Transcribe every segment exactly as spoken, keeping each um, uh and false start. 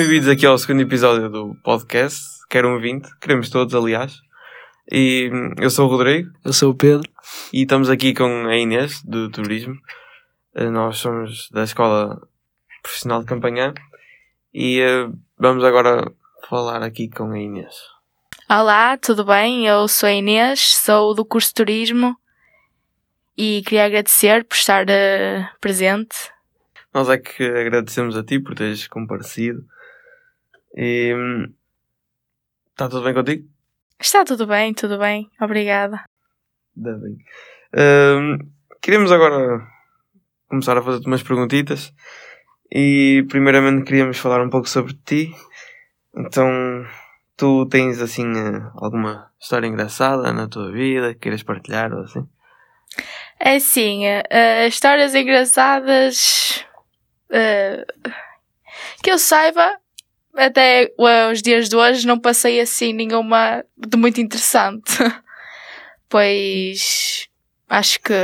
bem-vindos aqui ao segundo episódio do podcast. Quero um vinte, queremos todos, aliás. E eu sou o Rodrigo. Eu sou o Pedro. E estamos aqui com a Inês, do turismo. Nós somos da Escola Profissional de Campanhã. E uh, vamos agora falar aqui com a Inês. Olá, tudo bem? Eu sou a Inês, sou do curso de Turismo e queria agradecer por estar uh, presente. Nós é que agradecemos a ti por teres comparecido. E está tudo bem contigo? Está tudo bem, tudo bem. Obrigada. Ainda bem. Uh, queríamos agora começar a fazer-te umas perguntitas. E primeiramente queríamos falar um pouco sobre ti. Então, tu tens assim alguma história engraçada na tua vida que queiras partilhar ou assim? É assim, uh, histórias engraçadas uh, que eu saiba, até uh, os dias de hoje não passei assim nenhuma de muito interessante. Pois acho que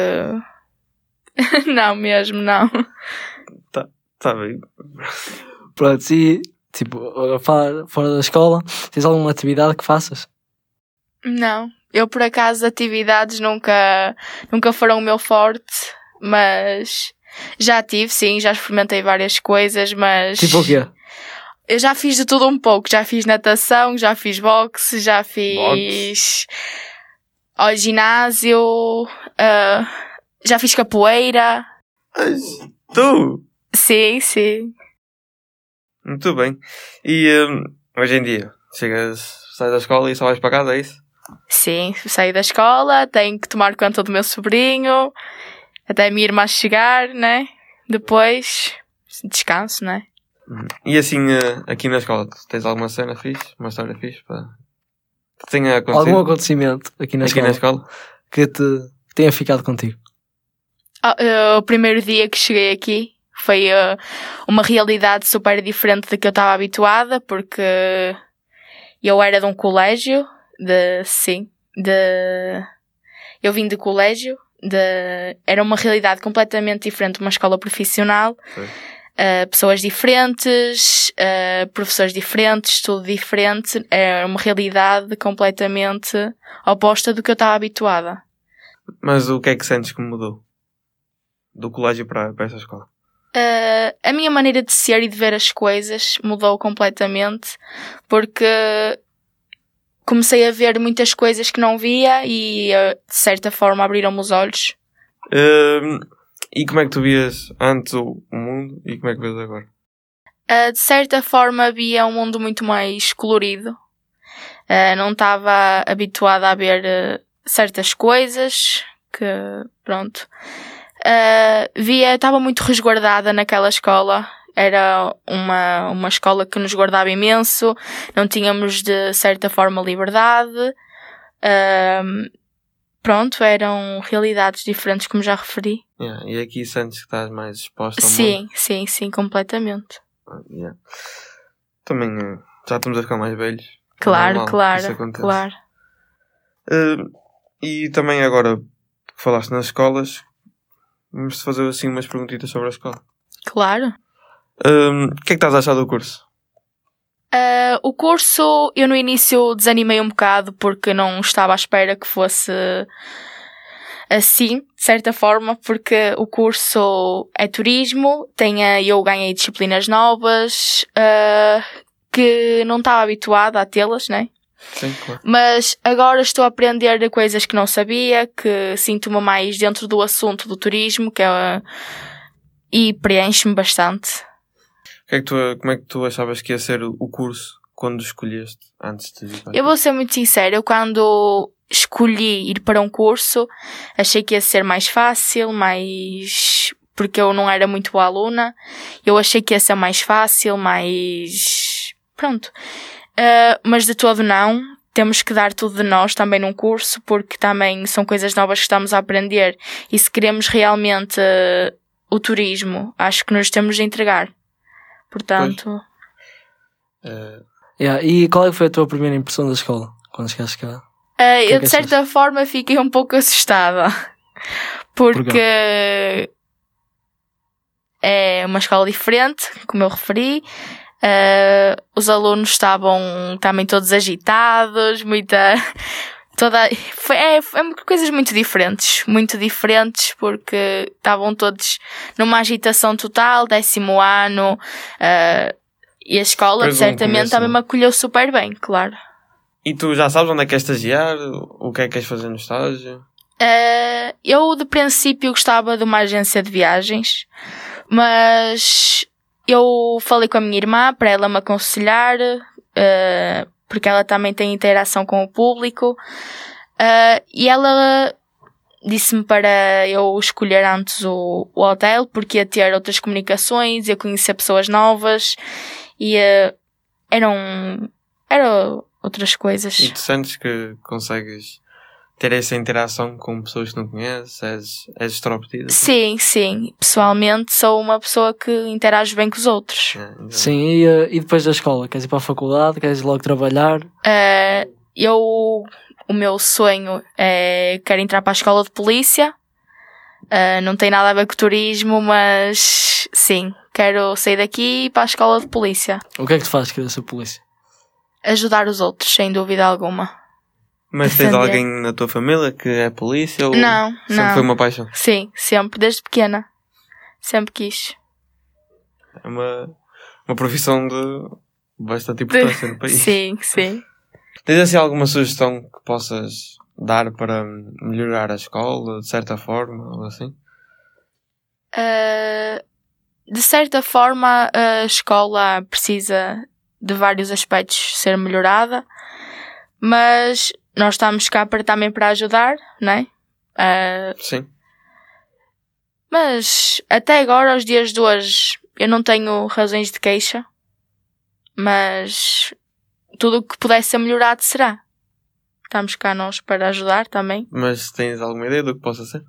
não mesmo, não. Tá, tá bem. Pronto, e tipo, fora, fora da escola, tens alguma atividade que faças? Não. Eu, por acaso, atividades nunca, nunca foram o meu forte, mas já tive, sim, já experimentei várias coisas, mas... Tipo o quê? Eu já fiz de tudo um pouco. Já fiz natação, já fiz boxe, já fiz... Boxe? Ao ginásio, uh, já fiz capoeira. Mas tu? Sim, sim. Muito bem. E um, hoje em dia, chegas, sais da escola e só vais para casa, é isso? Sim, saí da escola, tenho que tomar conta do meu sobrinho, até a minha irmã chegar, né? Depois, descanso, né? E assim, aqui na escola, tens alguma cena fixe? Uma história fixe para... que tenha acontecido? Algum acontecimento aqui na aqui escola, na escola que te tenha ficado contigo? Oh, uh, o primeiro dia que cheguei aqui foi uh, uma realidade super diferente da que eu estava habituada, porque eu era de um colégio, de, sim, de, eu vim de colégio, de, era uma realidade completamente diferente de uma escola profissional, uh, pessoas diferentes, uh, professores diferentes, tudo diferente, era uma realidade completamente oposta do que eu estava habituada. Mas o que é que sentes que mudou? Do colégio para, para essa escola? Uh, a minha maneira de ser e de ver as coisas mudou completamente, porque comecei a ver muitas coisas que não via e, uh, de certa forma, abriram-me os olhos. Um, e como é que tu vias antes o, o mundo e como é que vês agora? Uh, de certa forma, via um mundo muito mais colorido. Uh, não estava habituada a ver uh, certas coisas que, pronto... Uh, via, estava muito resguardada naquela escola. Era uma, uma escola que nos guardava imenso, não tínhamos de certa forma liberdade. Uh, pronto, eram realidades diferentes, como já referi. Yeah. E aqui sentes que estás mais exposta ao sim, mundo? Sim, sim, sim, completamente. Yeah. Também uh, já estamos a ficar mais velhos. Claro, é claro, claro. Uh, e também agora que falaste nas escolas, vamos fazer assim umas perguntitas sobre a escola. Claro. Um, o que é que estás a achar do curso? Uh, o curso, eu no início desanimei um bocado porque não estava à espera que fosse assim, de certa forma, porque o curso é turismo, tem a, eu ganhei disciplinas novas uh, que não estava habituada a tê-las, né? Sim, claro. Mas agora estou a aprender coisas que não sabia, que sinto-me mais dentro do assunto do turismo, que é, e preenche-me bastante. O que é que tu, como é que tu achavas que ia ser o curso quando escolheste antes de ir para aqui? Eu vou ser muito sincera, eu quando escolhi ir para um curso, achei que ia ser mais fácil, mais... porque eu não era muito boa aluna, eu achei que ia ser mais fácil, mais... pronto... Uh, mas de todo não, temos que dar tudo de nós também num curso, porque também são coisas novas que estamos a aprender e se queremos realmente uh, o turismo, acho que nos temos de entregar, portanto uh... yeah. E qual é que foi a tua primeira impressão da escola quando chegaste cá? Uh, eu de certa achaste? forma fiquei um pouco assustada porque Por é uma escola diferente, como eu referi. Uh, os alunos estavam também todos agitados, muita... Toda, foi, é, é coisas muito diferentes, muito diferentes, porque estavam todos numa agitação total, décimo ano, uh, e a escola Depois um certamente começo, também não? me acolheu super bem, claro. E tu já sabes onde é que queres estagiar? O que é que queres fazer no estágio? Uh, eu de princípio gostava de uma agência de viagens, mas eu falei com a minha irmã para ela me aconselhar, uh, porque ela também tem interação com o público, uh, e ela disse-me para eu escolher antes o, o hotel, porque ia ter outras comunicações, ia conhecer pessoas novas, e uh, eram, eram outras coisas. E tu sentes que consegues ter essa interação com pessoas que não conheces? És, és extrovertida? Sim, sim. Pessoalmente sou uma pessoa que interage bem com os outros. É, exato. Sim, e, uh, e depois da escola? Queres ir para a faculdade? Queres logo trabalhar? Uh, eu, o meu sonho é quero entrar para a escola de polícia. Uh, não tem nada a ver com turismo, mas sim, quero sair daqui e ir para a escola de polícia. O que é que tu fazes querer ser polícia? Ajudar os outros, sem dúvida alguma. Mas tens Defender. alguém na tua família que é polícia? Ou Não, sempre não. foi uma paixão? Sim, sempre, desde pequena. Sempre quis. É uma, uma profissão de bastante importância no país. Sim, sim. Tens assim alguma sugestão que possas dar para melhorar a escola, de certa forma, ou assim? Uh, de certa forma, a escola precisa de vários aspectos ser melhorada, mas nós estamos cá para, também para ajudar, não é? Uh, Sim. mas até agora, aos dias de hoje, eu não tenho razões de queixa, mas tudo o que pudesse ser melhorado será. Estamos cá nós para ajudar também. Mas tens alguma ideia do que possa ser?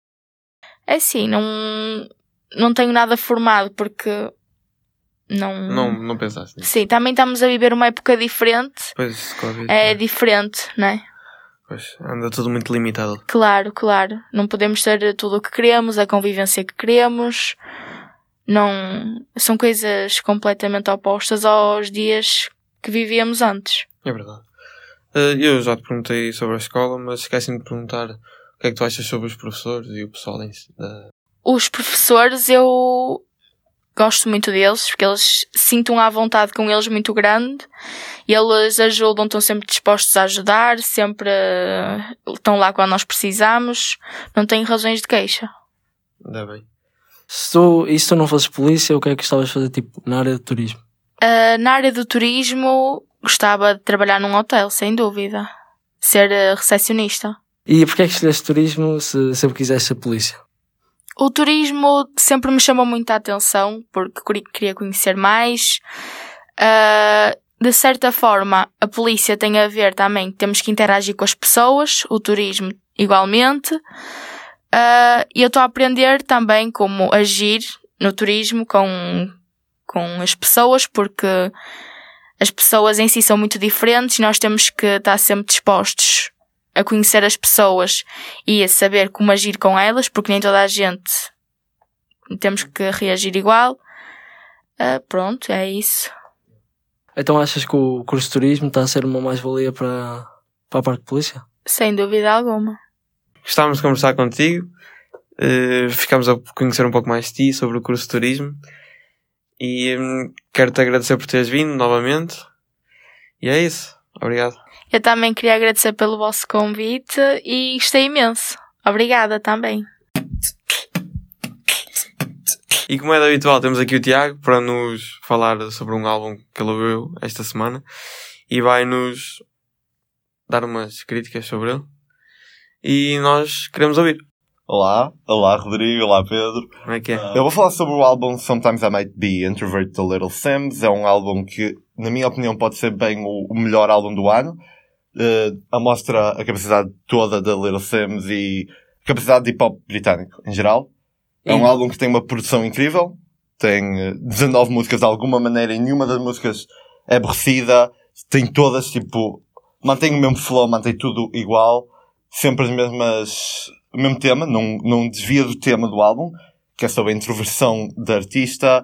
É assim, não, não tenho nada formado porque não... Não, não pensaste nisso? Sim, também estamos a viver uma época diferente. Pois, Covid. É né? diferente, não é? Pois, anda tudo muito limitado. Claro, claro. Não podemos ter tudo o que queremos, a convivência que queremos. Não... São coisas completamente opostas aos dias que vivíamos antes. É verdade. Uh, eu já te perguntei sobre a escola, mas esqueci-me de perguntar o que é que tu achas sobre os professores e o pessoal em si. Da... Os professores, eu gosto muito deles, porque eles sinto uma vontade com eles muito grande. E eles ajudam, estão sempre dispostos a ajudar, sempre uh, estão lá quando nós precisamos. Não tenho razões de queixa. Ainda bem. Se tu, e se tu não fosses polícia, o que é que gostavas de fazer, tipo, na área de turismo? Uh, na área do turismo, gostava de trabalhar num hotel, sem dúvida. Ser uh, recepcionista. E porquê é que escolheste turismo se sempre quiseste ser polícia? O turismo sempre me chamou muito a atenção, porque queria conhecer mais. Uh, de certa forma, a polícia tem a ver também, temos que interagir com as pessoas, o turismo igualmente. Uh, e eu estou a aprender também como agir no turismo com, com as pessoas, porque as pessoas em si são muito diferentes e nós temos que estar sempre dispostos a conhecer as pessoas e a saber como agir com elas, porque nem toda a gente temos que reagir igual. Uh, pronto, é isso. Então achas que o curso de turismo está a ser uma mais-valia para, para a parte de polícia? Sem dúvida alguma. Gostávamos de conversar contigo. Uh, ficámos a conhecer um pouco mais de ti sobre o curso de turismo. E hum, quero-te agradecer por teres vindo novamente. E é isso. Obrigado. Eu também queria agradecer pelo vosso convite e gostei imenso. Obrigada também. E como é de habitual, temos aqui o Tiago para nos falar sobre um álbum que ele ouviu esta semana e vai-nos dar umas críticas sobre ele. E nós queremos ouvir. Olá, olá Rodrigo, olá Pedro. Como é que é? Eu vou falar sobre o álbum Sometimes I Might Be Introvert da Little Sims. É um álbum que, na minha opinião, pode ser bem o, o melhor álbum do ano. Uh, mostra a capacidade toda da Little Sims e a capacidade de hip-hop britânico, em geral. É um E- álbum que tem uma produção incrível. Tem uh, dezanove músicas de alguma maneira e nenhuma das músicas é aborrecida. Tem todas, tipo... Mantém o mesmo flow, mantém tudo igual. Sempre as mesmas... O mesmo tema, não, não desvia do tema do álbum, que é sobre a introversão da artista.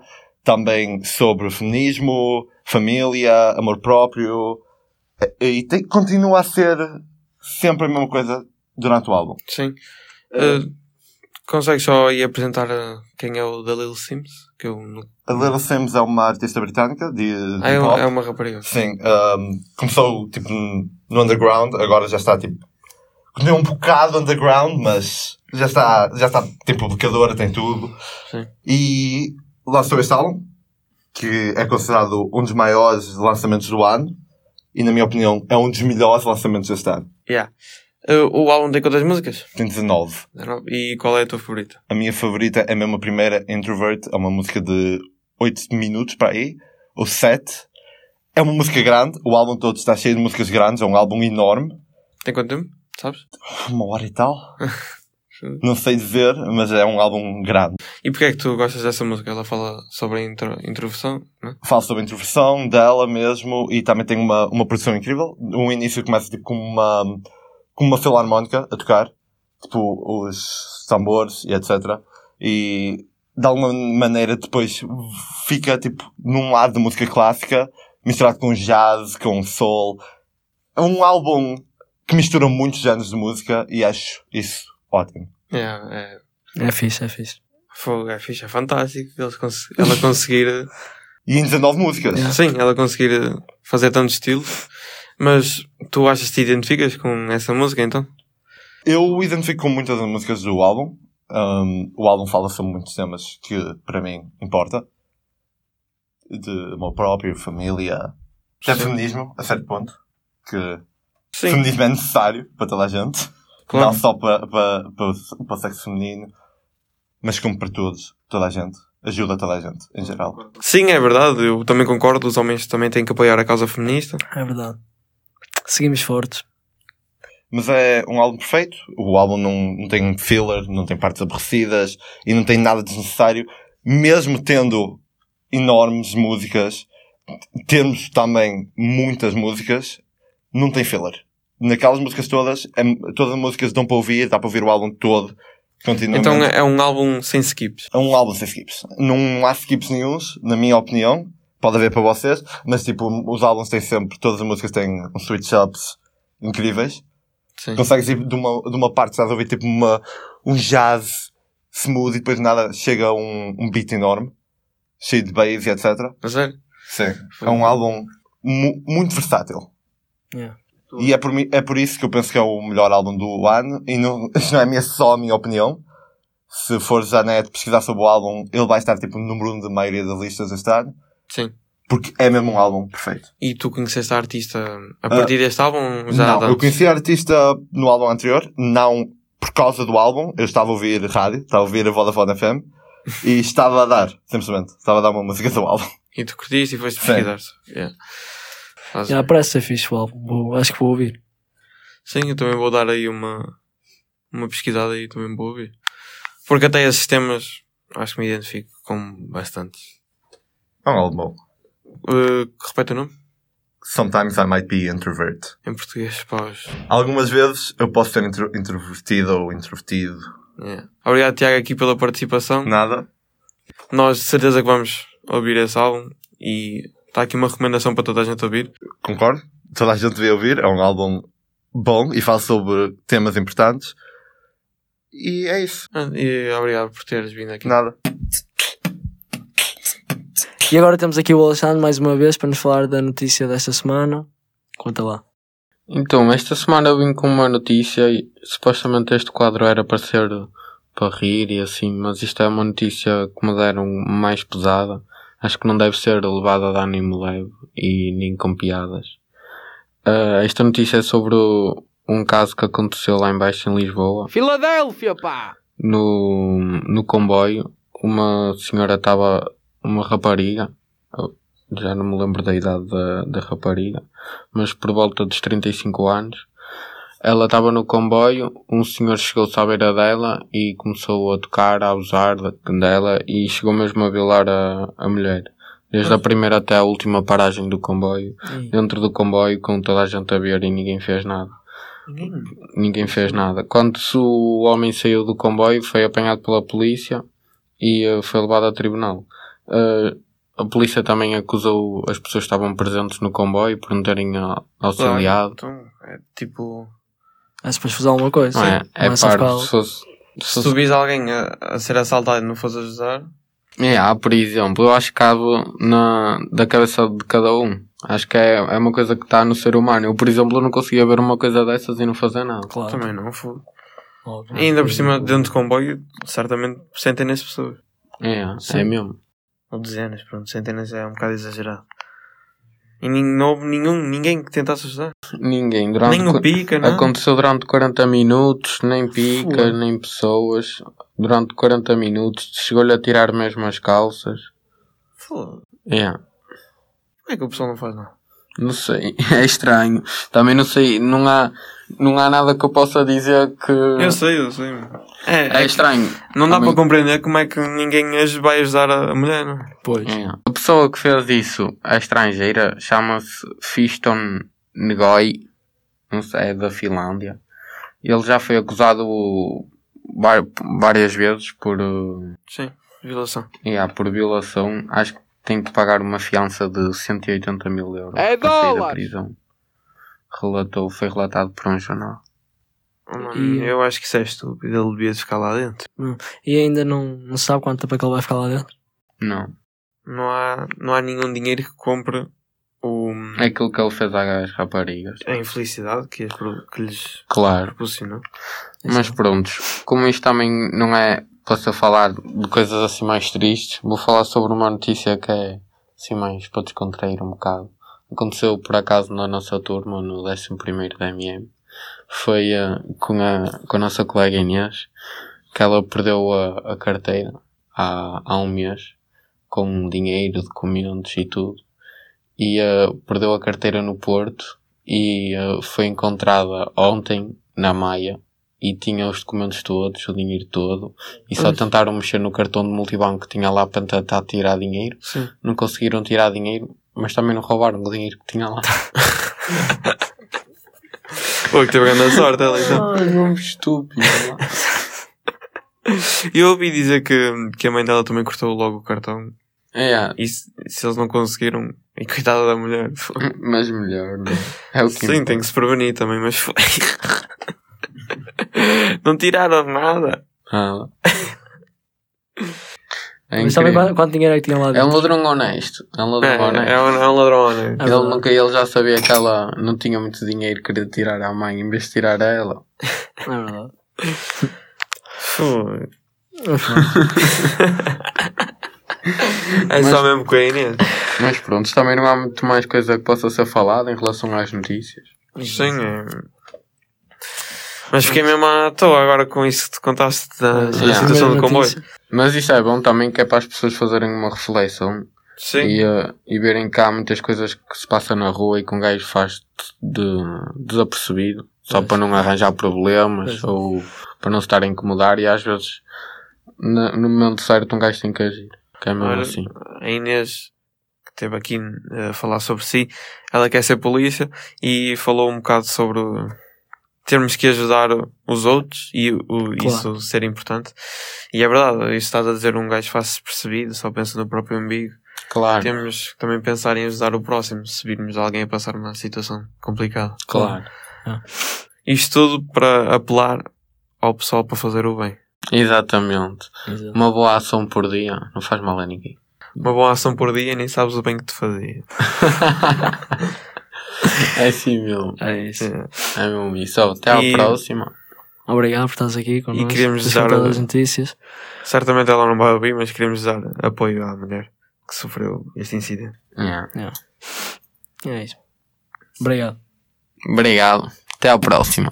também sobre feminismo, família, amor próprio, e tem, continua a ser sempre a mesma coisa durante o álbum. Sim. Uh, consegues só aí apresentar uh, quem é o The Little Sims? Que eu não... A Little Sims é uma artista britânica de, de ah, é, pop. É uma rapariga. Sim. Um, começou tipo no underground, agora já está tipo continua um bocado underground, mas já está, já está, tem publicadora, tem tudo. Sim. E lançou este álbum, que é considerado um dos maiores lançamentos do ano, e na minha opinião é um dos melhores lançamentos deste ano. Yeah. Uh, o álbum tem quantas músicas? Tem dezanove. E qual é a tua favorita? A minha favorita é mesmo a primeira, Introvert, é uma música de oito minutos para aí, ou sete. É uma música grande, o álbum todo está cheio de músicas grandes, é um álbum enorme. Tem quanto tempo? Sabes? Uma hora e tal. Não sei dizer, mas é um álbum grande. E porquê é que tu gostas dessa música? Ela fala sobre a intro, introversão, não é? Fala sobre a introversão dela mesmo e também tem uma, uma produção incrível. O início começa tipo com uma, com uma filarmónica a tocar, tipo os tambores e etcétera. E de alguma maneira depois fica tipo num lado de música clássica misturado com jazz, com soul. É um álbum que mistura muitos géneros de música e acho isso ótimo. É, é, É fixe, é fixe. Fogo, é fixe, é fantástico eles cons- ela conseguir... E em dezanove músicas. Sim, ela conseguir fazer tantos estilos. Mas tu achas que te identificas com essa música, então? Eu identifico com muitas das músicas do álbum. Um, o álbum fala sobre muitos temas que, para mim, importa. De amor próprio, família, até feminismo, a certo ponto. Que Sim. feminismo é necessário para toda a gente. Claro. Não só para, para, para, para o sexo feminino, mas como para todos, toda a gente. Ajuda toda a gente, em geral. Sim, é verdade. Eu também concordo. Os homens também têm que apoiar a causa feminista. É verdade. Seguimos fortes. Mas é um álbum perfeito. O álbum não, não tem filler, não tem partes aborrecidas e não tem nada desnecessário. Mesmo tendo enormes músicas, temos também muitas músicas, não tem filler. Naquelas músicas todas, é, todas as músicas dão para ouvir, dá para ouvir o álbum todo. Continuamente. Então é um álbum sem skips. É um álbum sem skips. Não há skips nenhuns, na minha opinião. Pode haver para vocês, mas tipo, os álbuns têm sempre, todas as músicas têm uns switch-ups incríveis. Sim. Consegues ir de uma, de uma parte, estás a ouvir tipo uma, um jazz smooth e depois de nada chega um, um beat enorme, cheio de bass e etcétera. A sério? Sim. É um álbum mu- muito versátil. Yeah. E é por, mi- é por isso que eu penso que é o melhor álbum do ano. E não, isto não é minha, só a minha opinião. Se fores à net pesquisar sobre o álbum, ele vai estar tipo no número um da maioria das listas este ano. Sim. Porque é mesmo um álbum perfeito. E tu conheceste a artista a partir uh, deste álbum? Já não, há eu conheci a artista no álbum anterior. Não por causa do álbum. Eu estava a ouvir rádio. Estava a ouvir a Vodafone F M. E estava a dar, simplesmente. Estava a dar uma música do álbum. E tu curtiste e foste pesquisar. Yeah. Já yeah, parece ser fixe o álbum. Vou, acho que vou ouvir. Sim, eu também vou dar aí uma, uma pesquisada e também vou ouvir. Porque até esses temas acho que me identifico com bastante. É um álbum bom. Uh, repete o nome? Sometimes I might be introvert. Em português, paus. Algumas vezes eu posso ser intro- introvertido ou introvertido. Yeah. Obrigado, Tiago, aqui pela participação. Nada. Nós de certeza que vamos ouvir esse álbum e está aqui uma recomendação para toda a gente ouvir. Concordo. Toda a gente devia ouvir. É um álbum bom e fala sobre temas importantes. E é isso. Ah, e obrigado por teres vindo aqui. Nada. E agora temos aqui o Alexandre mais uma vez para nos falar da notícia desta semana. Conta lá. Então, esta semana eu vim com uma notícia e supostamente este quadro era para ser para rir e assim, mas isto é uma notícia que me deram mais pesada. Acho que não deve ser levada de ânimo leve e nem com piadas. Uh, esta notícia é sobre um caso que aconteceu lá em baixo em Lisboa. Filadélfia, pá! No, no comboio, uma senhora estava, uma rapariga, já não me lembro da idade da, da rapariga, mas por volta dos trinta e cinco anos, ela estava no comboio, um senhor chegou-se à beira dela e começou a tocar, a abusar dela e chegou mesmo a violar a, a mulher. Desde a primeira até a última paragem do comboio, dentro do comboio, com toda a gente a ver e ninguém fez nada. Ninguém. Ninguém fez nada. Quando o homem saiu do comboio, foi apanhado pela polícia e uh, foi levado a tribunal. Uh, a polícia também acusou as pessoas que estavam presentes no comboio por não terem ah, auxiliado. Então, é tipo... É se depois fazer alguma coisa. Não é? É Começa a parvo. ficar- Se fosse... Se Se fosse... tu vis alguém a, a ser assaltado e não fores ajudar... É, há, por exemplo, eu acho que cabe na, da cabeça de cada um. Acho que é, é uma coisa que está no ser humano. Eu, por exemplo, não conseguia ver uma coisa dessas e não fazer nada. Claro. Também não, fogo. Óbvio. E ainda por cima, dentro do comboio, certamente centenas de pessoas. É, Sim. é mesmo. Ou dezenas, pronto. Centenas é um bocado exagerado. E nin- não houve nenhum, ninguém que tentasse ajudar. Ninguém. Durante Nem o pica, não? Aconteceu durante quarenta minutos, nem picas, Fogo. nem pessoas. Durante quarenta minutos, chegou-lhe a tirar mesmo as calças. Foda. É, Como é que o pessoal não faz nada? não sei, é estranho. Também não sei, não há, não há nada que eu possa dizer que... Eu sei, eu sei. É, É é que estranho. não dá Também- para compreender como é que ninguém aj- vai ajudar a a mulher, não é? Pois. É. A pessoa que fez isso, a estrangeira, chama-se Fiston Ngoi, não sei, é da Finlândia. Ele já foi acusado var- várias vezes por, uh, Sim, violação. yeah, por violação. Acho que tem que pagar uma fiança de cento e oitenta mil euros É para sair da dólares! prisão. Relatou, foi relatado por um jornal. Oh, mano, E- Eu acho que isso é estúpido. Ele devia ficar lá dentro. E ainda não, não sabe quanto tempo é que ele vai ficar lá dentro. Não. Não há, não há nenhum dinheiro que compre o, É aquilo que ele fez às raparigas. a infelicidade que, as pro- que lhes Claro. proporcionou. Mas pronto, como isto também não é para se falar de coisas assim mais tristes, vou falar sobre uma notícia que é assim mais para descontrair um bocado. Aconteceu por acaso na nossa turma, no décimo primeiro da M M. Foi uh, com, a, com a nossa colega Inês, que ela perdeu a, a carteira há, há um mês, com dinheiro, documentos e tudo. E uh, perdeu a carteira no Porto e uh, foi encontrada ontem na Maia. E tinha os documentos todos, o dinheiro todo. E só Ai. tentaram mexer no cartão de multibanco que tinha lá para tentar tirar dinheiro. Sim. Não conseguiram tirar dinheiro, mas também não roubaram o dinheiro que tinha lá. Pô, que teve grande sorte ela então. Ai, nome estúpido. E eu ouvi dizer que, que a mãe dela também cortou logo o cartão. É, E se, se eles não conseguiram, e coitada da mulher. mas melhor, não é? É o que Sim, importa. tem que se prevenir também, mas foi. Não tiraram nada. Ah. É Mas sabem incrível. quanto, quanto dinheiro é que tinha lá É um dentro? ladrão honesto. É um ladrão É, honesto. é, um, é um ladrão, né? É Ele, verdade. nunca, ele já sabia que ela não tinha muito dinheiro, queria tirar à mãe em vez de tirar a ela. É verdade. Foi. É só mesmo com a Inês. Mas pronto, também não há muito mais coisa que possa ser falada em relação às notícias. Sim, é. Mas fiquei mesmo à toa agora com isso que te contaste da, da Yeah. situação do Primeira comboio. notícia. Mas isto é bom também, que é para as pessoas fazerem uma reflexão Sim. e, eh, e verem que há muitas coisas que se passam na rua e que um gajo faz de desapercebido, só Pois. para não arranjar problemas Pois. ou para não se estar a incomodar, e às vezes na- no momento certo um gajo tem que agir, que é mesmo Olha, assim. A Inês, que esteve aqui a falar sobre si, ela quer ser polícia e falou um bocado sobre termos que ajudar os outros e o, isso ser importante. E é verdade, isso estás a dizer, um gajo faz-se percebido, só pensa no próprio umbigo. Claro, Temos que também pensar em ajudar o próximo, se virmos alguém a passar uma situação complicada. claro. Isto tudo para apelar ao pessoal para fazer o bem. Exatamente. Exato. Uma boa ação por dia não faz mal a ninguém. Uma boa ação por dia e nem sabes o bem que te fazia. É assim mesmo. É isso. É. É mesmo isso. Ó, até à E- próxima. Obrigado por estares aqui connosco. queríamos por dar- contar as notícias. Certamente ela não vai ouvir, mas queremos dar apoio à mulher que sofreu este incidente. Yeah. É isso. Obrigado. Obrigado. Até à próxima.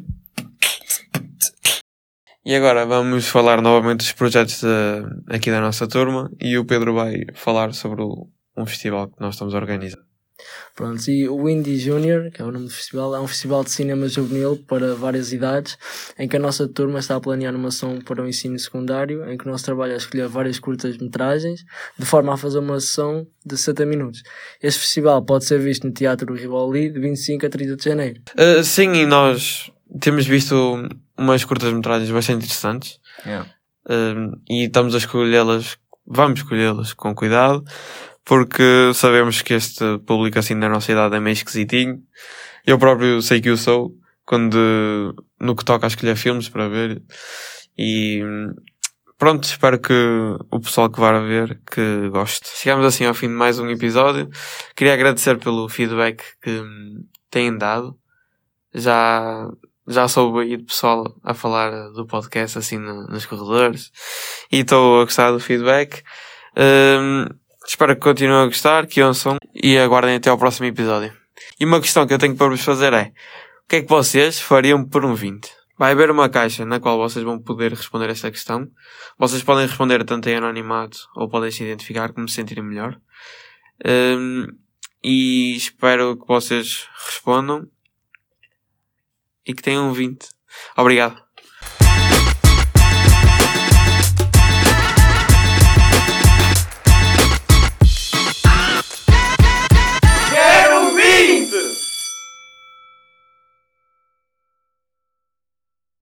E agora vamos falar novamente dos projetos de- aqui da nossa turma e o Pedro vai falar sobre o- um festival que nós estamos a organizar. Pronto, e o Indie Junior, que é o nome do festival, é um festival de cinema juvenil para várias idades, em que a nossa turma está a planear uma ação para o ensino secundário, em que o nosso trabalho é escolher várias curtas-metragens, de forma a fazer uma sessão de sessenta minutos. Este festival pode ser visto no Teatro do Rivoli de vinte e cinco a trinta de janeiro. Uh, sim, e nós temos visto umas curtas-metragens bastante interessantes. Yeah. Uh, e estamos a escolhê-las, vamos escolhê-las com cuidado, porque sabemos que este público assim da nossa idade é meio esquisitinho. Eu próprio sei que o sou, quando, no que toca a escolher filmes para ver. E pronto, espero que o pessoal que vai ver que goste. Chegamos assim ao fim de mais um episódio. Queria agradecer pelo feedback que têm dado. Já, já soube aí do pessoal a falar do podcast assim no, nos corredores. E estou a gostar do feedback. Um, espero que continuem a gostar, que ouçam e aguardem até ao próximo episódio. E uma questão que eu tenho para vos fazer é: o que é que vocês fariam por um vinte? Vai haver uma caixa na qual vocês vão poder responder esta questão. Vocês podem responder tanto em anonimato ou podem se identificar como se sentirem melhor. Um, e espero que vocês respondam e que tenham um vinte. Obrigado.